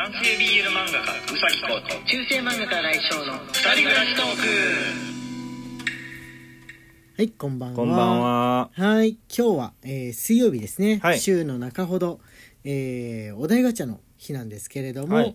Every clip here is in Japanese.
男性 BL 漫画家うさぎこと中世漫画家来翔の二人暮らしトーク。 はい、こんばんは。 こんばんは。 はい、今日は、水曜日ですね、 はい、 週の中ほど、お題ガチャの日なんですけれども、 はい、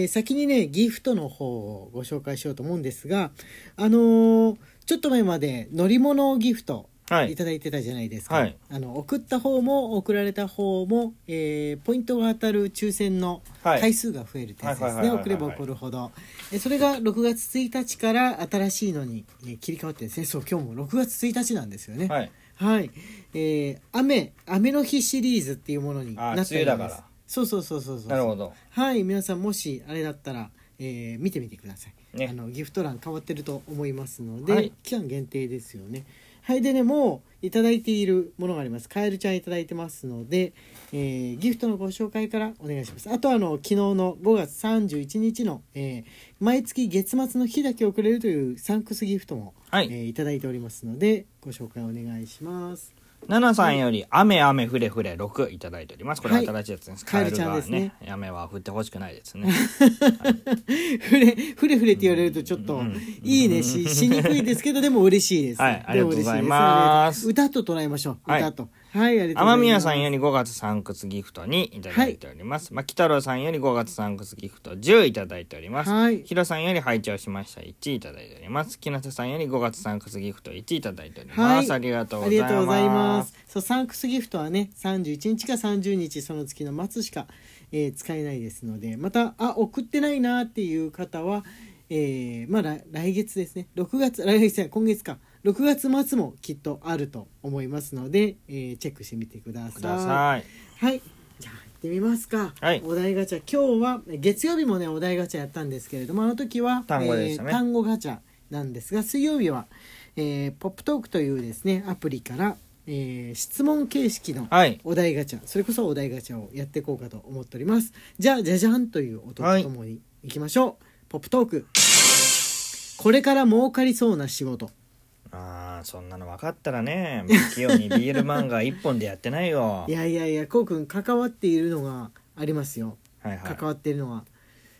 先にねギフトの方をご紹介しようと思うんですが、ちょっと前まで乗り物ギフトいただいてたじゃないですか、 はい、 送った方も送られた方も、ポイントが当たる抽選の回数が増えるってやつですね。送れば送るほど、それが6月1日から新しいのに、切り替わってですね。そう今日も6月1日なんですよね。 はい、 はい、雨の日シリーズっていうものになっております。 梅雨だから。 そうなるほど。 はい、皆さんもしあれだったら、見てみてください、 ね、 ギフト欄変わってると思いますので、はい、期間限定ですよね。はい、でね、もういただいているものがあります。カエルちゃんいただいてますので、ギフトのご紹介からお願いします。あと昨日の5月31日の、毎月月末の日だけ送れるというサンクスギフトも、はい、いただいておりますのでご紹介お願いします。 ナナさんより雨ふれふれ6いただいております。これ新しいやつです。 カエルちゃんですね。 雨は降ってほしくないですね。 ふれふれって言われるとちょっといいねしにくいですけど、でも嬉しいです。 はい、ありがとうございます。 歌と捉えましょう。歌と。はい、ありがとうございます。 天宮さんより5月サンクスギフトにいただいております。牧太郎さんより5月サンクスギフト10いただいております。はい、ヒロさんより拝聴しました1いただいております。木下さんより5月サンクスギフト1いただいております。はい、ありがとうございます。 そう、サンクスギフトはね31日か30日その月の末しか、使えないですので、また送ってないなっていう方は、来月ですね。今月か6月末もきっとあると思いますので、チェックしてみてください。はい、じゃあ行ってみますか。はい、お題ガチャ、今日は月曜日もねお題ガチャやったんですけれども、あの時は単語でしたね。 単語ガチャなんですが、水曜日は、ポップトークというですねアプリから、質問形式のお題ガチャ、それこそお題ガチャをやっていこうかと思っております。じゃあじゃじゃんという音とともにいきましょう。ポップトーク。これから儲かりそうな仕事。 そんなの分かったらね、器用に BL 漫画1本でやってないよ。 いやこうくん関わっているのがありますよ。関わっているのは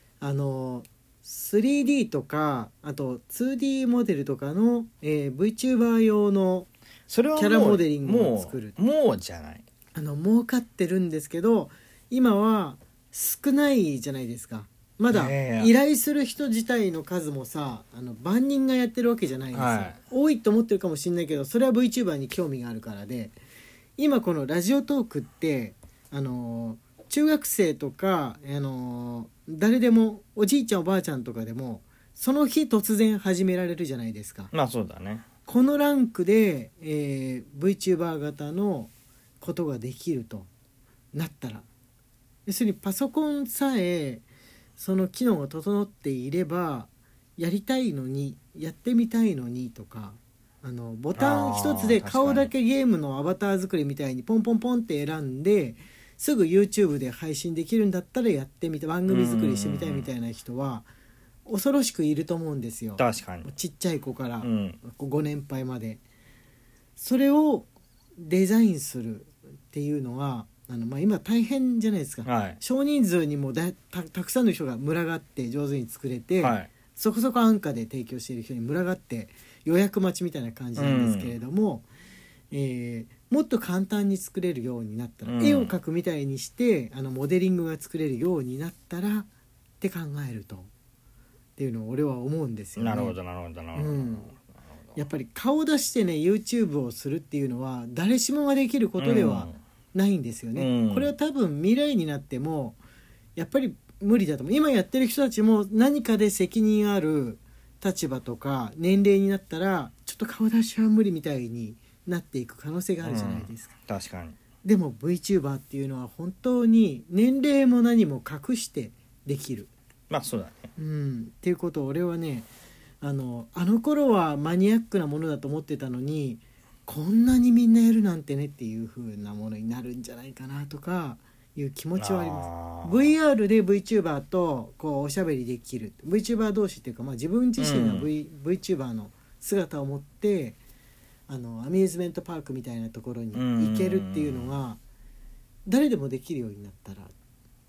3D とかあと 2D モデルとかの、VTuber 用のキャラモデリングを作る。 もうじゃない、 儲かってるんですけど今は少ないじゃないですか。まだ依頼する人自体の数もさ万人がやってるわけじゃないんですよ、はい、多いと思ってるかもしれないけど、それは VTuber に興味があるからで、今このラジオトークって中学生とか誰でもおじいちゃんおばあちゃんとかでもその日突然始められるじゃないですか。 まあそうだね。 このランクで、VTuber 型のことができるとなったら、要するにパソコンさえその機能が整っていればやりたいのにやってみたいのにとか、ボタン一つで顔だけゲームのアバター作りみたいにポンポンポンって選んですぐ YouTube で配信できるんだったらやってみて番組作りしてみたいみたいな人は恐ろしくいると思うんですよ。 確かに。 ちっちゃい子からご年配まで、それをデザインするっていうのは今大変じゃないですか、はい、少人数にもたくさんの人が群がって上手に作れて、はい、そこそこ安価で提供している人に群がって予約待ちみたいな感じなんですけれども、もっと簡単に作れるようになったら、絵を描くみたいにしてモデリングが作れるようになったらって考えるとっていうのを俺は思うんですよね。 なるほど、 やっぱり顔出してね YouTube をするっていうのは誰しもができることではないんですよね、これは多分未来になってもやっぱり無理だと思う。今やってる人たちも何かで責任ある立場とか年齢になったらちょっと顔出しは無理みたいになっていく可能性があるじゃないですか、 確かに。 でも VTuber っていうのは本当に年齢も何も隠してできる。 まあそうだね、 っていうことを俺はねあの頃はマニアックなものだと思ってたのにこんなにみんなやるなんてねっていう風なものになるんじゃないかなとかいう気持ちはあります。 VR で VTuber とこうおしゃべりできる VTuber 同士っていうか、自分自身が、VTuber の姿を持ってアミューズメントパークみたいなところに行けるっていうのが誰でもできるようになったらこ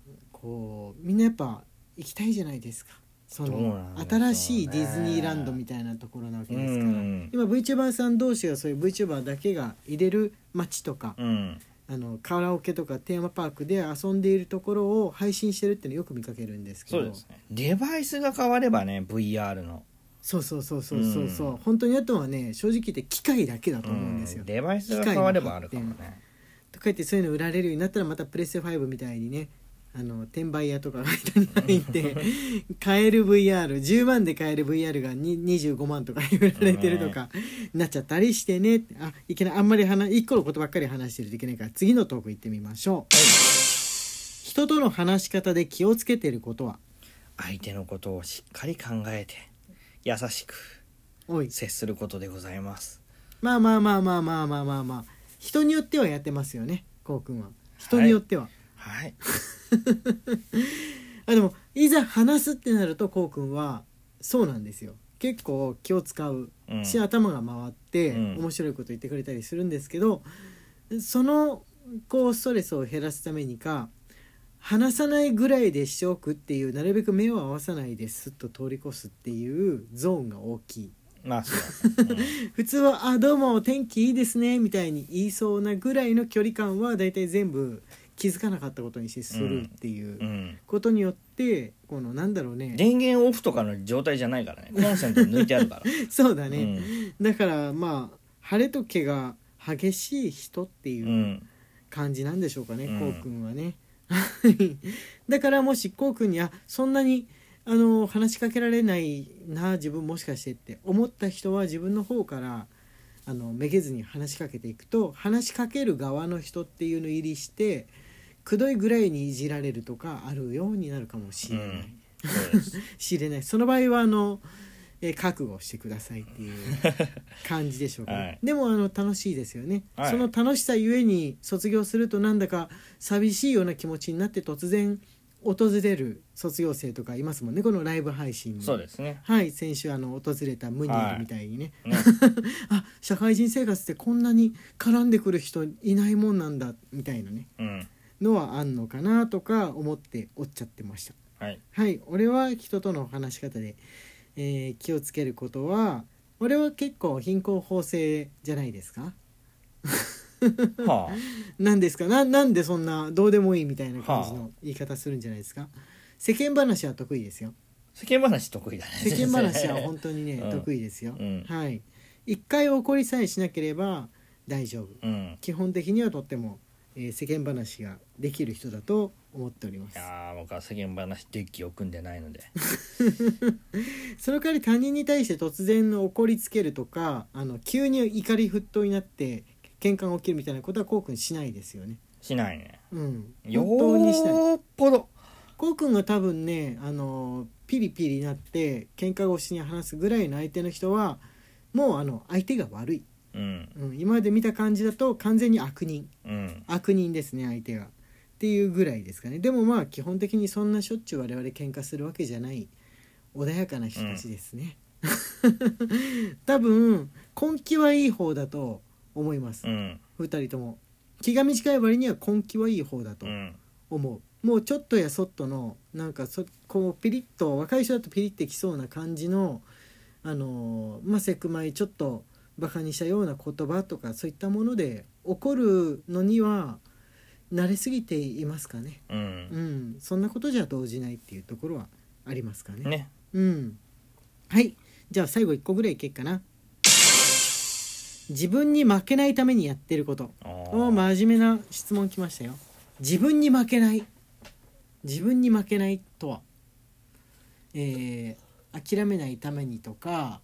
こうみんなやっぱ行きたいじゃないですか。その新しいディズニーランドみたいなところなわけですから、今 VTuber さん同士がそういう VTuber だけが入れる街とか、カラオケとかテーマパークで遊んでいるところを配信してるっていうのよく見かけるんですけど、 そうですね、デバイスが変わればね VR のそう、本当にあとはね正直言って機械だけだと思うんですよ、 デバイスが変わればあるかもねとか言ってそういうの売られるようになったらまたプレステ5みたいにね転売屋とかが間に入って買える VR10 万で買える VR が25万とか売られてるとかなっちゃったりしてね。いけない、あんまり一個のことばっかり話してるといけないから次のトーク行ってみましょう。人との話し方で気をつけてることは？ 相手のことをしっかり考えて優しく接することでございます。 まあ人によってはやってますよね、こうくんは。人によっては、 はいでもいざ話すってなるとこうくんはそうなんですよ。結構気を使うし、頭が回って面白いこと言ってくれたりするんですけど、そのこうストレスを減らすためにか話さないぐらいでしておくっていう、なるべく目を合わさないですっと通り越すっていうゾーンが大きい。 まあそうだね、 普通はどうも天気いいですねみたいに言いそうなぐらいの距離感はだいたい全部気づかなかったことにしてするっていうことによって、このなんだろうね、 電源オフとかの状態じゃないからね、コンセント抜いてあるからそうだね、だからまあ晴れと毛が激しい人っていう感じなんでしょうかね、こうくんはねだからもしこうくんにそんなに話しかけられないな自分もしかしてって思った人は自分の方からめげずに話しかけていくと、話しかける側の人っていうの入りしてくどいぐらいにいじられるとかあるようになるかもしれない、知れない。その場合は覚悟してくださいっていう感じでしょうか、はい、でも楽しいですよね、はい、その楽しさゆえに卒業するとなんだか寂しいような気持ちになって突然訪れる卒業生とかいますもんね、このライブ配信に。 そうですね、 はい、先週訪れたムニエルみたいにね、社会人生活ってこんなに絡んでくる人いないもんなんだみたいなね、のはあんのかなとか思っておっちゃってました。はい、はい、俺は人との話し方で、気をつけることは、俺は結構貧困法制じゃないですかはあ、なんですか、なんでそんなどうでもいいみたいな感じの言い方するんじゃないですか。世間話は得意ですよ。 世間話得意だね。 世間話は本当にね得意ですよ、はい。一回起こりさえしなければ大丈夫、基本的にはとっても、世間話ができる人だと思っております。 いや僕は世間話デッキを組んでないのでその代わり他人に対して突然怒りつけるとか急に怒り沸騰になって喧嘩が起きるみたいなことはこうくんしないですよね。 しないね、 本当にしない。 よっぽどこうくんが多分ねピリピリになって喧嘩越しに話すぐらいの相手の人はもう相手が悪い、今まで見た感じだと完全に悪人、悪人ですね相手がっていうぐらいですかね。でもまあ基本的にそんなしょっちゅう我々喧嘩するわけじゃない穏やかな人たちですね、多分根気はいい方だと思います、2人とも気が短い割には根気はいい方だと思う、もうちょっとやそっとのなんかこうピリッと若い人だとピリッてきそうな感じのセクマイちょっとバカにしたような言葉とかそういったもので怒るのには慣れすぎていますかね、そんなことじゃ動じないっていうところはありますかね。はい、じゃあ最後1個ぐらいいけっかな。自分に負けないためにやってること。真面目な質問きましたよ。自分に負けない、自分に負けないとは、諦めないためにとか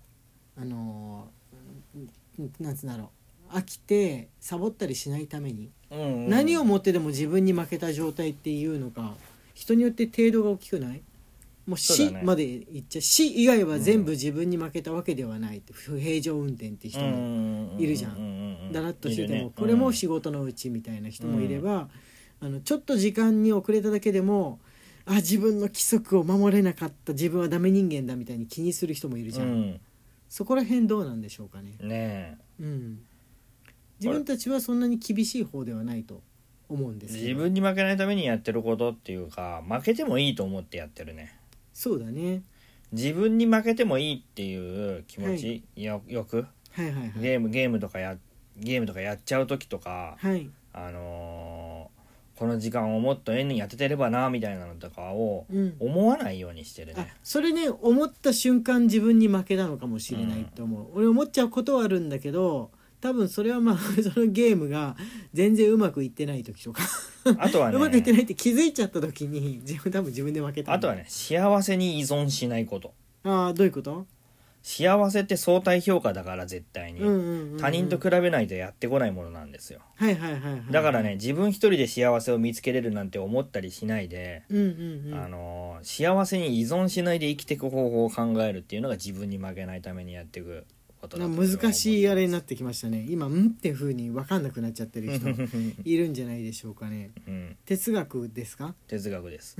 なんつうんだろう、飽きてサボったりしないために、何をもってでも自分に負けた状態っていうのが人によって程度が大きくない？もう死までいっちゃう、死以外は全部自分に負けたわけではないって、不平常運転って人もいるじゃん、だらっとしててもこれも仕事のうちみたいな人もいれば、ちょっと時間に遅れただけでも自分の規則を守れなかった、自分はダメ人間だみたいに気にする人もいるじゃん、そこら辺どうなんでしょうかね。 ねえ、 自分たちはそんなに厳しい方ではないと思うんですけど、 自分に負けないためにやってることっていうか、負けてもいいと思ってやってるね。 そうだね。 自分に負けてもいいっていう気持ち、 はい、 よく、 はいはいはい、 ゲームとかやっちゃう時とか、 はい、 この時間をもっとやっててればなみたいなのとかを思わないようにしてるね、 それね、思った瞬間自分に負けたのかもしれないと思う、俺思っちゃうことはあるんだけど、多分それはそのゲームが全然うまくいってない時とかあとはねうまくいってないって気づいちゃった時に多分自分で負けた。 あとはね、幸せに依存しないこと。 ああ、どういうこと？ 幸せって相対評価だから、絶対に、他人と比べないとやってこないものなんですよ。 はいはいはいはい、 だからね、自分一人で幸せを見つけれるなんて思ったりしないで、幸せに依存しないで生きていく方法を考えるっていうのが自分に負けないためにやっていくことだと難しいあれになってきましたね。今っていう風に分かんなくなっちゃってる人いるんじゃないでしょうかね、哲学ですか？ 哲学です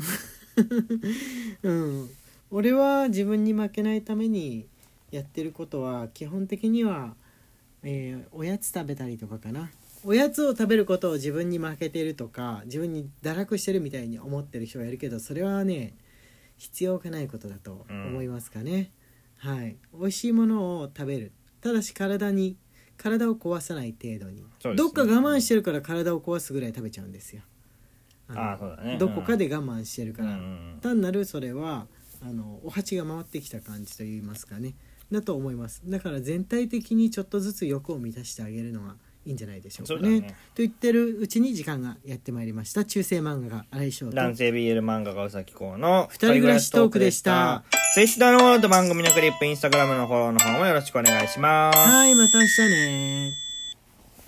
俺は自分に負けないためにやってることは基本的には、おやつ食べたりとかかな。おやつを食べることを自分に負けてるとか、自分に堕落してるみたいに思ってる人がいるけど、それはね、必要がないことだと思いますかね、はい。美味しいものを食べる、ただし体を壊さない程度に、どっか我慢してるから体を壊すぐらい食べちゃうんですよ。 そうだね、 どこかで我慢してるから、単なるそれはお鉢が回ってきた感じといいますかね、だと思います。だから全体的にちょっとずつ欲を満たしてあげるのはいいんじゃないでしょうか ねと言ってるうちに時間がやってまいりました。中世漫画家新井翔と男性 BL 漫画家宇崎公の二人暮らしトークでした。 ツイッターのフォローと番組のクリップ、インスタグラムのフォローの方もよろしくお願いします。 はい、また明日ね。